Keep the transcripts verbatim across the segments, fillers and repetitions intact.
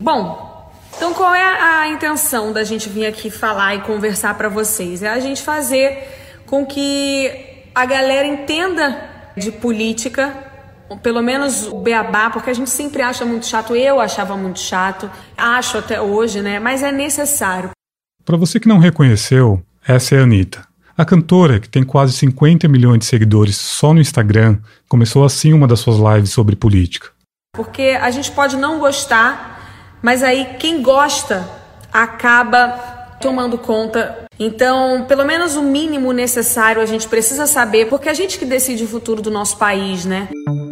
Bom, então qual é a intenção da gente vir aqui falar e conversar para vocês? É a gente fazer com que a galera entenda de política, pelo menos o beabá, porque a gente sempre acha muito chato, eu achava muito chato, acho até hoje, né? Mas é necessário. Para você que não reconheceu, essa é a Anitta. A cantora, que tem quase cinquenta milhões de seguidores só no Instagram, começou assim uma das suas lives sobre política. Porque a gente pode não gostar, mas aí quem gosta acaba tomando conta. Então, pelo menos o mínimo necessário a gente precisa saber, porque a gente que decide o futuro do nosso país, né?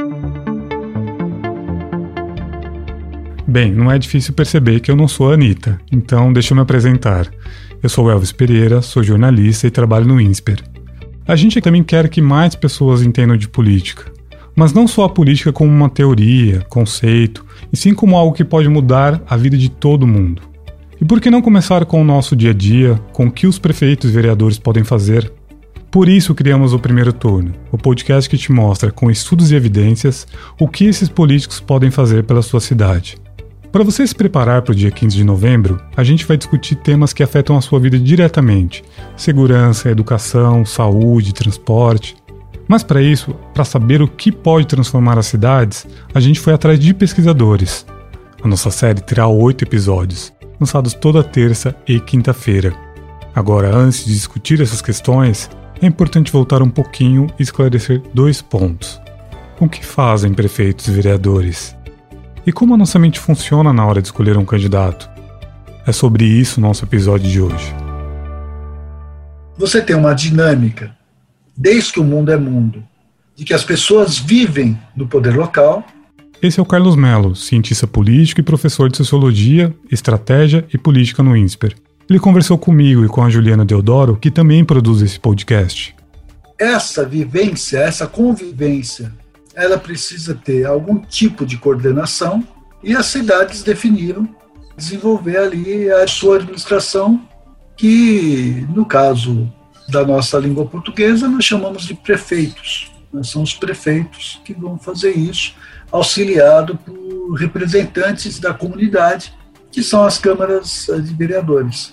Bem, não é difícil perceber que eu não sou a Anitta, então deixa eu me apresentar. Eu sou o Elvis Pereira, sou jornalista e trabalho no INSPER. A gente também quer que mais pessoas entendam de política, mas não só a política como uma teoria, conceito, e sim como algo que pode mudar a vida de todo mundo. E por que não começar com o nosso dia a dia, com o que os prefeitos e vereadores podem fazer? Por isso criamos o Primeiro Turno, o podcast que te mostra, com estudos e evidências, o que esses políticos podem fazer pela sua cidade. Para você se preparar para o dia quinze de novembro, a gente vai discutir temas que afetam a sua vida diretamente: segurança, educação, saúde, transporte. Mas para isso, para saber o que pode transformar as cidades, a gente foi atrás de pesquisadores. A nossa série terá oito episódios, lançados toda terça e quinta-feira. Agora, antes de discutir essas questões, é importante voltar um pouquinho e esclarecer dois pontos. O que fazem prefeitos e vereadores? E como a nossa mente funciona na hora de escolher um candidato? É sobre isso o nosso episódio de hoje. Você tem uma dinâmica, desde que o mundo é mundo, de que as pessoas vivem no poder local. Esse é o Carlos Mello, cientista político e professor de Sociologia, Estratégia e Política no INSPER. Ele conversou comigo e com a Juliana Deodoro, que também produz esse podcast. Essa vivência, essa convivência, ela precisa ter algum tipo de coordenação e as cidades definiram desenvolver ali a sua administração, que, no caso da nossa língua portuguesa, nós chamamos de prefeitos. São os prefeitos que vão fazer isso, auxiliado por representantes da comunidade, que são as câmaras de vereadores.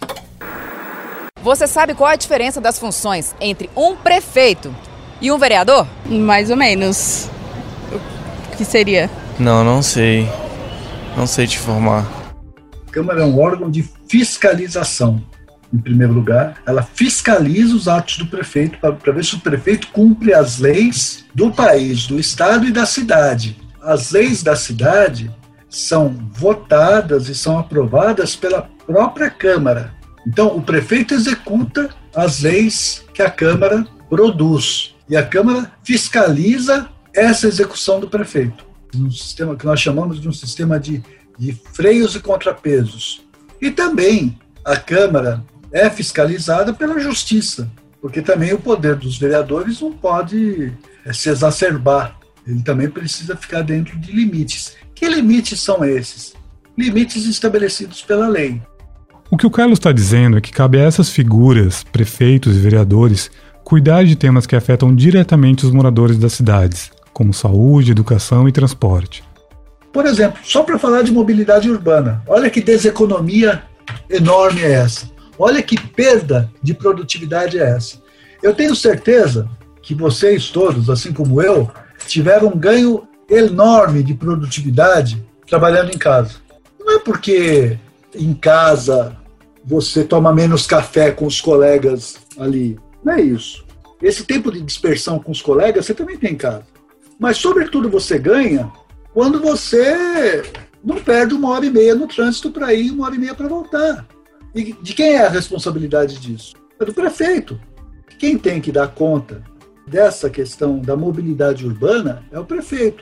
Você sabe qual é a diferença das funções entre um prefeito e um vereador? Mais ou menos. O que seria? Não, não sei. Não sei te informar. A Câmara é um órgão de fiscalização. Em primeiro lugar, ela fiscaliza os atos do prefeito para ver se o prefeito cumpre as leis do país, do estado e da cidade. As leis da cidade são votadas e são aprovadas pela própria Câmara. Então, o prefeito executa as leis que a Câmara produz. E a Câmara fiscaliza essa execução do prefeito. Um sistema que nós chamamos de um sistema de, de freios e contrapesos. E também a Câmara é fiscalizada pela Justiça, porque também o poder dos vereadores não pode se exacerbar. Ele também precisa ficar dentro de limites. Que limites são esses? Limites estabelecidos pela lei. O que o Carlos está dizendo é que cabe a essas figuras, prefeitos e vereadores, cuidar de temas que afetam diretamente os moradores das cidades, como saúde, educação e transporte. Por exemplo, só para falar de mobilidade urbana, olha que deseconomia enorme é essa. Olha que perda de produtividade é essa. Eu tenho certeza que vocês todos, assim como eu, tiveram um ganho enorme de produtividade trabalhando em casa. Não é porque em casa você toma menos café com os colegas ali. Não é isso. Esse tempo de dispersão com os colegas você também tem em casa. Mas, sobretudo, você ganha quando você não perde uma hora e meia no trânsito para ir e uma hora e meia para voltar. E de quem é a responsabilidade disso? É do prefeito. Quem tem que dar conta dessa questão da mobilidade urbana é o prefeito.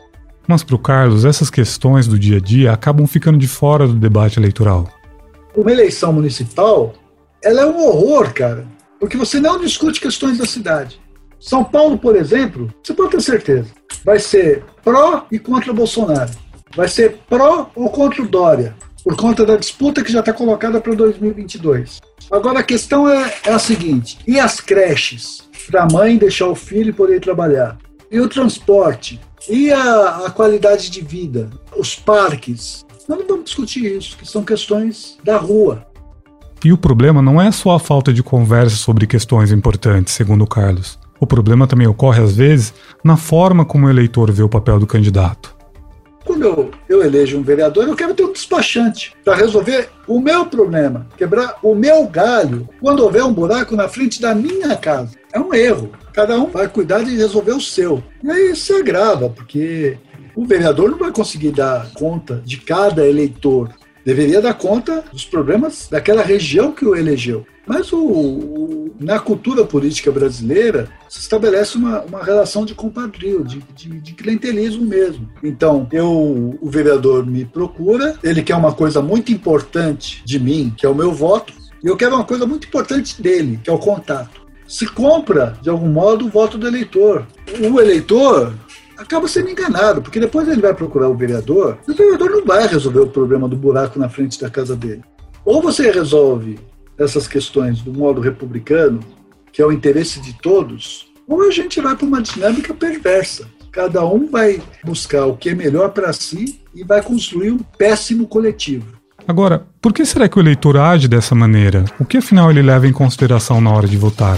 Mas para o Carlos, essas questões do dia a dia acabam ficando de fora do debate eleitoral. Uma eleição municipal, ela é um horror, cara, porque você não discute questões da cidade. São Paulo, por exemplo, você pode ter certeza, vai ser pró e contra Bolsonaro. Vai ser pró ou contra o Dória, por conta da disputa que já está colocada para dois mil e vinte e dois. Agora a questão é, é a seguinte, e as creches? Para a mãe deixar o filho poder trabalhar. E o transporte? E a, a qualidade de vida? Os parques? Nós não vamos discutir isso, que são questões da rua. E o problema não é só a falta de conversa sobre questões importantes, segundo o Carlos. O problema também ocorre, às vezes, na forma como o eleitor vê o papel do candidato. Quando eu, eu elejo um vereador, eu quero ter um despachante para resolver o meu problema, quebrar o meu galho quando houver um buraco na frente da minha casa. É um erro. Cada um vai cuidar de resolver o seu. E aí isso é grave, porque o vereador não vai conseguir dar conta de cada eleitor. Deveria dar conta dos problemas daquela região que o elegeu. Mas o, o, na cultura política brasileira se estabelece uma, uma relação de compadrio, de, de, de clientelismo mesmo. Então, eu, o vereador me procura, ele quer uma coisa muito importante de mim, que é o meu voto, e eu quero uma coisa muito importante dele, que é o contato. Se compra, de algum modo, o voto do eleitor. O eleitor acaba sendo enganado, porque depois ele vai procurar o vereador, e o vereador não vai resolver o problema do buraco na frente da casa dele. Ou você resolve essas questões do modo republicano, que é o interesse de todos, ou a gente vai para uma dinâmica perversa. Cada um vai buscar o que é melhor para si e vai construir um péssimo coletivo. Agora, por que será que o eleitor age dessa maneira? O que afinal ele leva em consideração na hora de votar?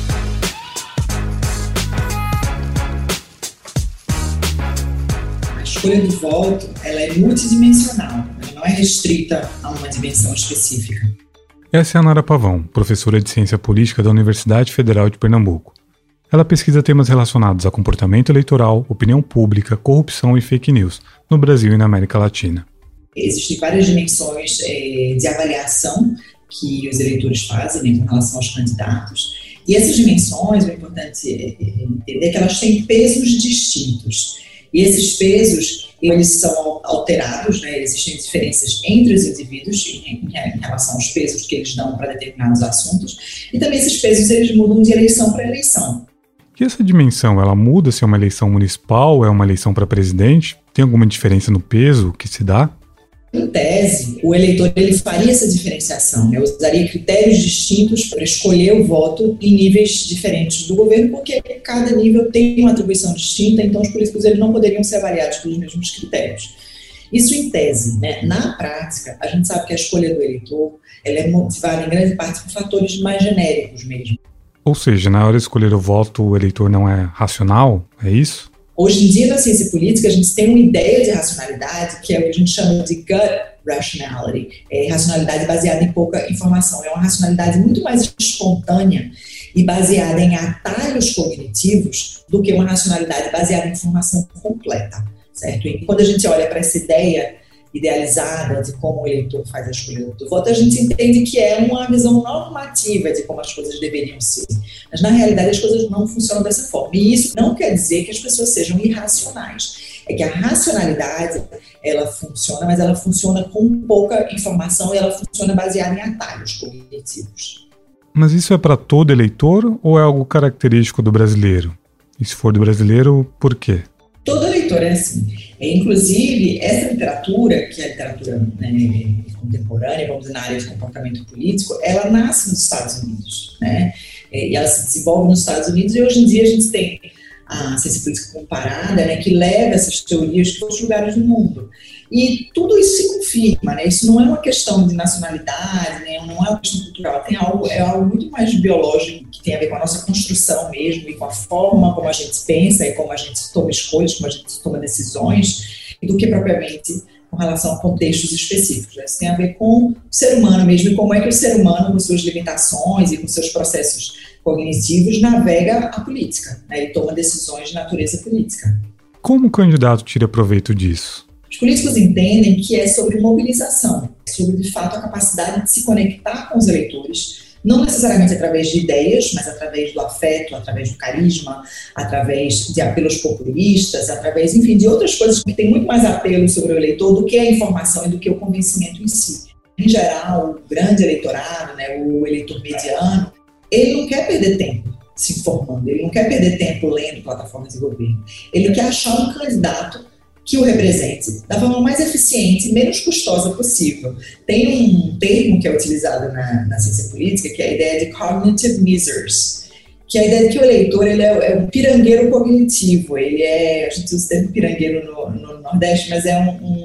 A escolha do voto, ela é multidimensional, ela não é restrita a uma dimensão específica. Essa é a Nara Pavão, professora de Ciência Política da Universidade Federal de Pernambuco. Ela pesquisa temas relacionados a comportamento eleitoral, opinião pública, corrupção e fake news, no Brasil e na América Latina. Existem várias dimensões é, de avaliação que os eleitores fazem, né, com relação aos candidatos. E essas dimensões, o importante é entender que elas têm pesos distintos. E esses pesos, eles são alterados, né? Existem diferenças entre os indivíduos em, em relação aos pesos que eles dão para determinados assuntos. E também esses pesos, eles mudam de eleição para eleição. E essa dimensão, ela muda se é uma eleição municipal, é uma eleição para presidente? Tem alguma diferença no peso que se dá? Em tese, o eleitor ele faria essa diferenciação, né? Usaria critérios distintos para escolher o voto em níveis diferentes do governo, porque cada nível tem uma atribuição distinta, então os políticos eles não poderiam ser avaliados pelos mesmos critérios. Isso em tese, né? Na prática, a gente sabe que a escolha do eleitor ela é motivada em grande parte por fatores mais genéricos mesmo. Ou seja, na hora de escolher o voto, o eleitor não é racional? É isso? Hoje em dia, na ciência política, a gente tem uma ideia de racionalidade que é o que a gente chama de gut rationality, é racionalidade baseada em pouca informação. É uma racionalidade muito mais espontânea e baseada em atalhos cognitivos do que uma racionalidade baseada em informação completa, certo? E quando a gente olha para essa ideia idealizada de como o eleitor faz a escolha do voto, a gente entende que é uma visão normativa de como as coisas deveriam ser. Mas, na realidade, as coisas não funcionam dessa forma. E isso não quer dizer que as pessoas sejam irracionais. É que a racionalidade, ela funciona, mas ela funciona com pouca informação e ela funciona baseada em atalhos cognitivos. Mas isso é para todo eleitor ou é algo característico do brasileiro? E se for do brasileiro, por quê? Todo eleitor é assim. É, inclusive, essa literatura, que é a literatura né, contemporânea, vamos dizer, na área de comportamento político, ela nasce nos Estados Unidos, né? E ela se desenvolve nos Estados Unidos e hoje em dia a gente tem a ciência política comparada, né, que leva essas teorias para outros lugares do mundo. E tudo isso se confirma, né? Isso não é uma questão de nacionalidade, né? Não é uma questão cultural, tem algo, é algo muito mais biológico, que tem a ver com a nossa construção mesmo, e com a forma como a gente pensa, e como a gente toma escolhas, como a gente toma decisões, do que propriamente com relação a contextos específicos. Né? Isso tem a ver com o ser humano mesmo, e como é que o ser humano, com suas limitações e com seus processos cognitivos, navega a política, né? E toma decisões de natureza política. Como o candidato tira proveito disso? Os políticos entendem que é sobre mobilização, sobre, de fato, a capacidade de se conectar com os eleitores, não necessariamente através de ideias, mas através do afeto, através do carisma, através de apelos populistas, através, enfim, de outras coisas que têm muito mais apelo sobre o eleitor do que a informação e do que o convencimento em si. Em geral, o grande eleitorado, né, o eleitor mediano, ele não quer perder tempo se informando, ele não quer perder tempo lendo plataformas de governo, ele quer achar um candidato que o represente da forma mais eficiente e menos custosa possível. Tem um termo que é utilizado na, na ciência política, que é a ideia de cognitive misers, que é a ideia de que o eleitor ele é, é um pirangueiro cognitivo, ele é, a gente usa o termo pirangueiro no, no Nordeste, mas é um, um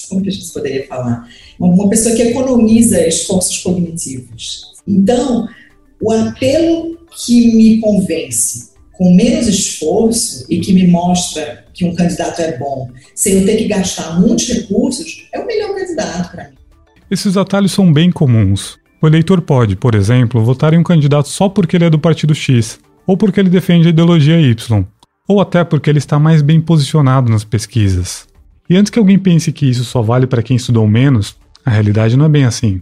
como que a gente poderia falar? Uma pessoa que economiza esforços cognitivos. Então, o apelo que me convence com menos esforço e que me mostra que um candidato é bom, sem eu ter que gastar muitos recursos, é o melhor candidato para mim. Esses atalhos são bem comuns. O eleitor pode, por exemplo, votar em um candidato só porque ele é do partido X, ou porque ele defende a ideologia Y, ou até porque ele está mais bem posicionado nas pesquisas. E antes que alguém pense que isso só vale para quem estudou menos, a realidade não é bem assim.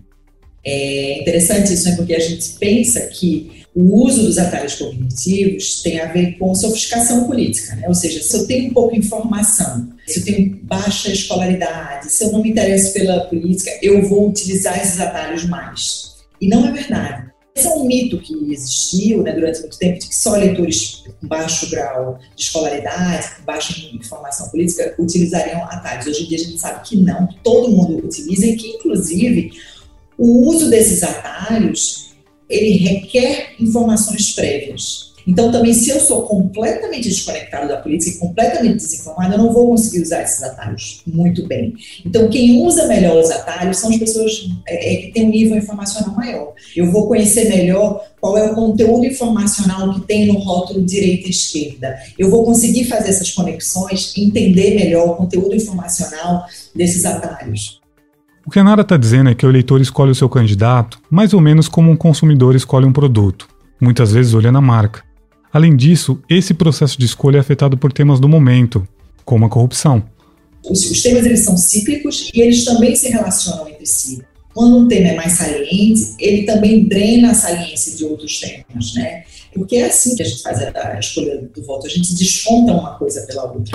É interessante isso, né? Porque a gente pensa que o uso dos atalhos cognitivos tem a ver com sofisticação política, né? Ou seja, se eu tenho pouca informação, se eu tenho baixa escolaridade, se eu não me interesso pela política, eu vou utilizar esses atalhos mais. E não é verdade. Esse é um mito que existiu, né, durante muito tempo, de que só eleitores com baixo grau de escolaridade, com baixa informação política, utilizariam atalhos. Hoje em dia a gente sabe que não, que todo mundo utiliza e que, inclusive, o uso desses atalhos, ele requer informações prévias. Então, também, se eu sou completamente desconectado da política e completamente desinformado, eu não vou conseguir usar esses atalhos muito bem. Então, quem usa melhor os atalhos são as pessoas é, que têm um nível informacional maior. Eu vou conhecer melhor qual é o conteúdo informacional que tem no rótulo direita e esquerda. Eu vou conseguir fazer essas conexões e entender melhor o conteúdo informacional desses atalhos. O que a Nara está dizendo é que o eleitor escolhe o seu candidato mais ou menos como um consumidor escolhe um produto, muitas vezes olhando a marca. Além disso, esse processo de escolha é afetado por temas do momento, como a corrupção. Os, os temas eles são cíclicos e eles também se relacionam entre si. Quando um tema é mais saliente, ele também drena a saliência de outros temas, né? Porque é assim que a gente faz a, a escolha do voto, a gente desconta uma coisa pela outra.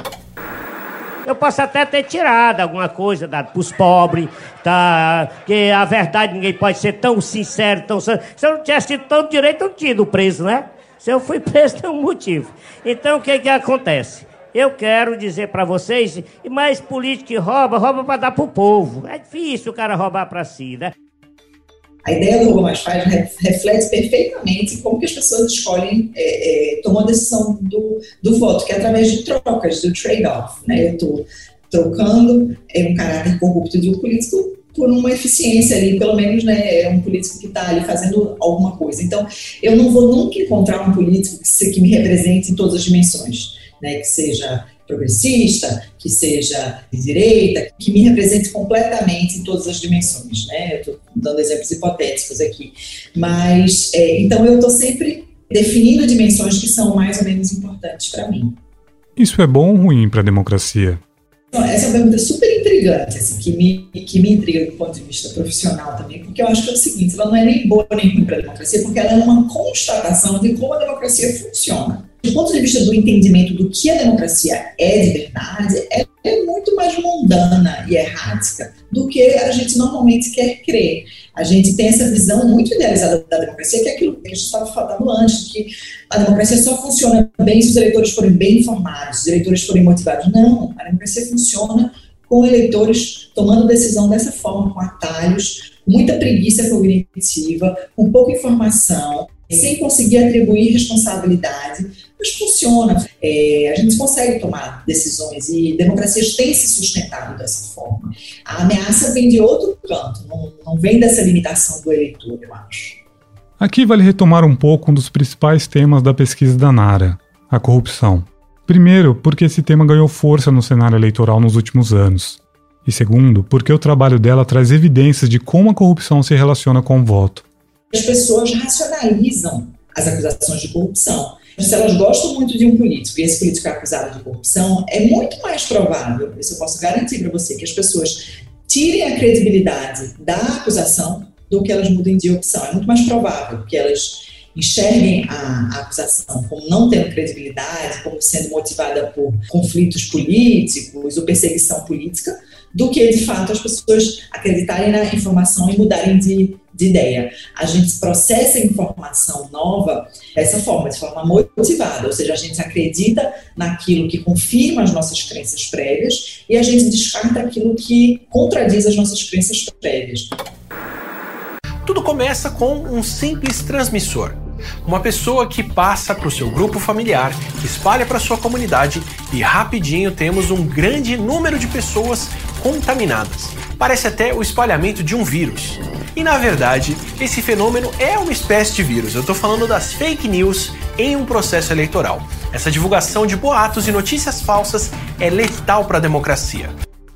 Eu posso até ter tirado alguma coisa dado para os pobres, tá? Que a verdade ninguém pode ser tão sincero, tão... Se eu não tivesse tido todo direito, eu não tinha ido preso, né? Se eu fui preso, tem um motivo. Então, o que que acontece? Eu quero dizer para vocês, mais político que rouba, rouba para dar para o povo. É difícil o cara roubar para si, né? A ideia do Rouba Mais Faz reflete perfeitamente como que as pessoas escolhem, é, é, tomam a decisão do, do voto, que é através de trocas, do trade-off, né? Eu estou trocando é, um caráter corrupto de um político por uma eficiência ali, pelo menos, né, é um político que está ali fazendo alguma coisa. Então, eu não vou nunca encontrar um político que, se, que me represente em todas as dimensões, né, que seja progressista, que seja de direita, que me represente completamente em todas as dimensões, né? Eu estou dando exemplos hipotéticos aqui. Mas, é, então, eu estou sempre definindo dimensões que são mais ou menos importantes para mim. Isso é bom ou ruim para a democracia? Então, essa é uma pergunta super intrigante, assim, que, me, que me intriga do ponto de vista profissional também, porque eu acho que é o seguinte, ela não é nem boa nem ruim para a democracia, porque ela é uma constatação de como a democracia funciona. Do ponto de vista do entendimento do que a democracia é de verdade, ela é muito mais mundana e errática do que a gente normalmente quer crer. A gente tem essa visão muito idealizada da democracia, que é aquilo que a gente estava falando antes, que a democracia só funciona bem se os eleitores forem bem informados, se os eleitores forem motivados. Não, a democracia funciona com eleitores tomando decisão dessa forma, com atalhos, muita preguiça cognitiva, com pouca informação, sem conseguir atribuir responsabilidade, mas funciona. É, a gente consegue tomar decisões e democracias têm se sustentado dessa forma. A ameaça vem de outro canto, não, não vem dessa limitação do eleitor, eu acho. Aqui vale retomar um pouco um dos principais temas da pesquisa da Nara, a corrupção. Primeiro, porque esse tema ganhou força no cenário eleitoral nos últimos anos. E segundo, porque o trabalho dela traz evidências de como a corrupção se relaciona com o voto. As pessoas racionalizam as acusações de corrupção. Se elas gostam muito de um político e esse político é acusado de corrupção, é muito mais provável, isso eu posso garantir para você, que as pessoas tirem a credibilidade da acusação do que elas mudem de opção. É muito mais provável que elas enxerguem a, a acusação como não tendo credibilidade, como sendo motivada por conflitos políticos ou perseguição política, do que, de fato, as pessoas acreditarem na informação e mudarem de, de ideia. A gente processa a informação nova dessa forma, de forma motivada, ou seja, a gente acredita naquilo que confirma as nossas crenças prévias e a gente descarta aquilo que contradiz as nossas crenças prévias. Tudo começa com um simples transmissor. Uma pessoa que passa para o seu grupo familiar, que espalha para a sua comunidade e rapidinho temos um grande número de pessoas contaminadas. Parece até o espalhamento de um vírus. E na verdade, esse fenômeno é uma espécie de vírus. Eu estou falando das fake news em um processo eleitoral. Essa divulgação de boatos e notícias falsas é letal para a democracia.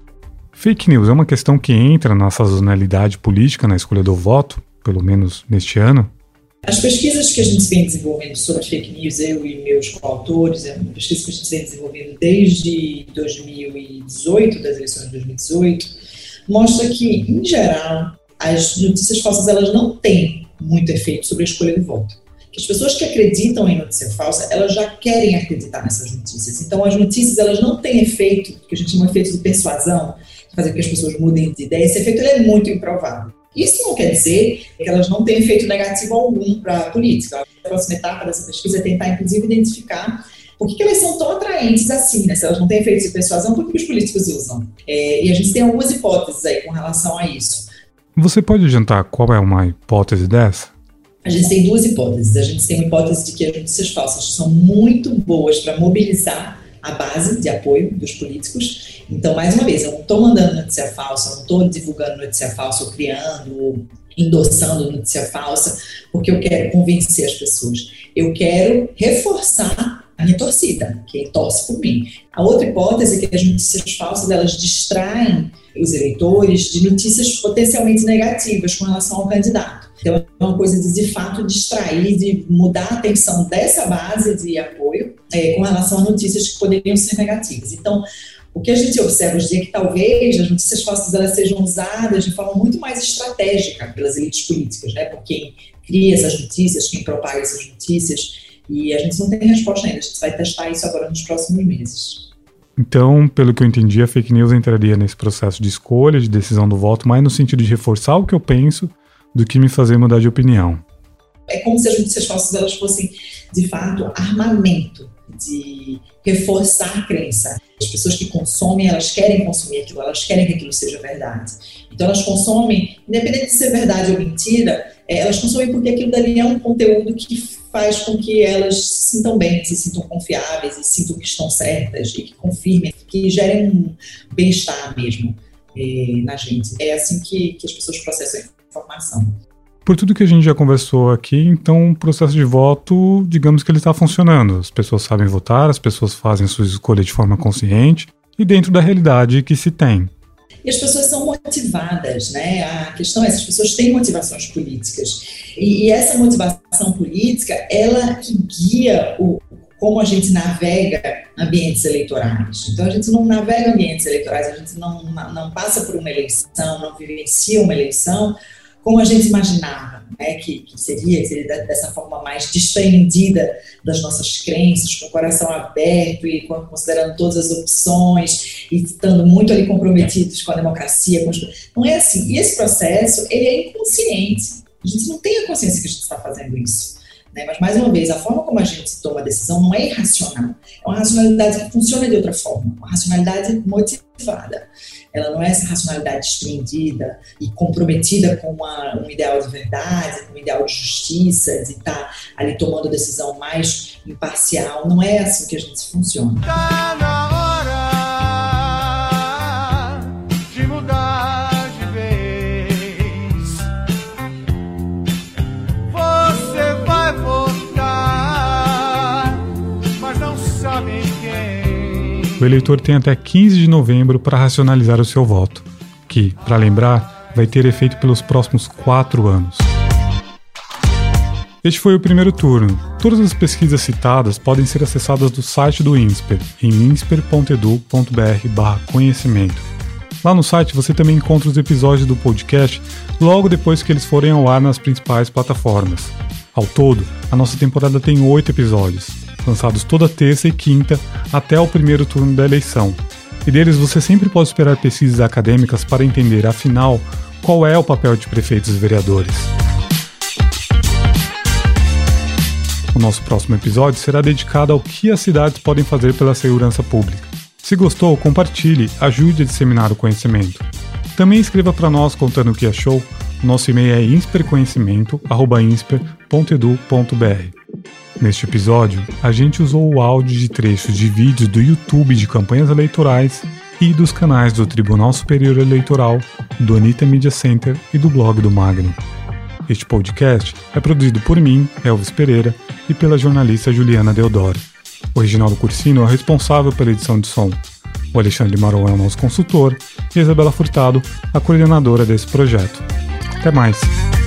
Fake news é uma questão que entra na sazonalidade política na escolha do voto, pelo menos neste ano? As pesquisas que a gente vem desenvolvendo sobre fake news, eu e meus coautores, é uma pesquisa que a gente vem desenvolvendo desde dois mil e dezoito, das eleições de dois mil e dezoito, mostra que, em geral, as notícias falsas elas não têm muito efeito sobre a escolha do voto. Que as pessoas que acreditam em notícia falsa, elas já querem acreditar nessas notícias. Então, as notícias elas não têm efeito, que a gente chama de efeito de persuasão, de fazer com que as pessoas mudem de ideia. Esse efeito ele é muito improvável. Isso não quer dizer que elas não têm efeito negativo algum para a política. A próxima etapa dessa pesquisa é tentar, inclusive, identificar por que, que elas são tão atraentes assim, né? Se elas não têm efeito de persuasão, por que os políticos usam? É, e a gente tem algumas hipóteses aí com relação a isso. Você pode adiantar qual é uma hipótese dessa? A gente tem duas hipóteses. A gente tem uma hipótese de que as notícias falsas são muito boas para mobilizar a base de apoio dos políticos. Então, mais uma vez, eu não estou mandando notícia falsa, eu não estou divulgando notícia falsa, ou criando, ou endossando notícia falsa, porque eu quero convencer as pessoas. Eu quero reforçar a minha torcida, quem torce por mim. A outra hipótese é que as notícias falsas, elas distraem os eleitores de notícias potencialmente negativas com relação ao candidato. Então, é uma coisa de, de fato, distrair, de mudar a atenção dessa base de apoio é, com relação a notícias que poderiam ser negativas. Então, o que a gente observa hoje em dia é que talvez as notícias falsas elas sejam usadas de forma muito mais estratégica pelas elites políticas, né? Por quem cria essas notícias, quem propaga essas notícias, e a gente não tem resposta ainda. A gente vai testar isso agora nos próximos meses. Então, pelo que eu entendi, a fake news entraria nesse processo de escolha, de decisão do voto, mais no sentido de reforçar o que eu penso do que me fazer mudar de opinião. É como se as notícias falsas elas fossem, de fato, armamento de reforçar a crença. As pessoas que consomem, elas querem consumir aquilo, elas querem que aquilo seja verdade. Então elas consomem, independente de ser verdade ou mentira, elas consomem porque aquilo dali é um conteúdo que faz com que elas se sintam bem, se sintam confiáveis e sintam que estão certas e que confirmem, que gerem um bem-estar mesmo eh, na gente. É assim que, que as pessoas processam a informação. Por tudo que a gente já conversou aqui, então o processo de voto, digamos que ele está funcionando. As pessoas sabem votar, as pessoas fazem sua escolha de forma consciente e dentro da realidade que se tem. E as pessoas são motivadas, né? A questão é, essas pessoas têm motivações políticas. E, e essa motivação política, ela que guia o, como a gente navega ambientes eleitorais. Então, a gente não navega ambientes eleitorais, a gente não, não passa por uma eleição, não vivencia uma eleição como a gente imaginava, né, que, que seria, seria dessa forma mais desprendida das nossas crenças, com o coração aberto e considerando todas as opções e estando muito ali comprometidos com a democracia. Com as... Não é assim. E esse processo, ele é inconsciente. A gente não tem a consciência que a gente está fazendo isso. Né? Mas, mais uma vez, a forma como a gente toma a decisão não é irracional. É uma racionalidade que funciona de outra forma. Uma racionalidade motivada. Ela não é essa racionalidade desprendida e comprometida com uma, um ideal de verdade, com um ideal de justiça, de estar ali tomando a decisão mais imparcial. Não é assim que a gente funciona. Tá na hora de mudar de vez. Você vai votar, mas não sabe quem. O eleitor tem até quinze de novembro para racionalizar o seu voto, que, para lembrar, vai ter efeito pelos próximos quatro anos. Este foi o primeiro turno. Todas as pesquisas citadas podem ser acessadas do site do INSPER, em insper ponto edu ponto br barra conhecimento. Lá no site você também encontra os episódios do podcast logo depois que eles forem ao ar nas principais plataformas. Ao todo, a nossa temporada tem oito episódios, lançados toda terça e quinta até o primeiro turno da eleição. E deles você sempre pode esperar pesquisas acadêmicas para entender, afinal, qual é o papel de prefeitos e vereadores. O nosso próximo episódio será dedicado ao que as cidades podem fazer pela segurança pública. Se gostou, compartilhe, ajude a disseminar o conhecimento. Também escreva para nós contando o que achou. Nosso e-mail é insperconhecimento arroba insper ponto edu ponto br. Neste episódio, a gente usou o áudio de trechos de vídeos do YouTube de campanhas eleitorais e dos canais do Tribunal Superior Eleitoral, do Anitta Media Center e do blog do Magno. Este podcast é produzido por mim, Elvis Pereira, e pela jornalista Juliana Deodoro. O Reginaldo Cursino é o responsável pela edição de som. O Alexandre Maron é o nosso consultor e a Isabela Furtado, a coordenadora desse projeto. Até mais!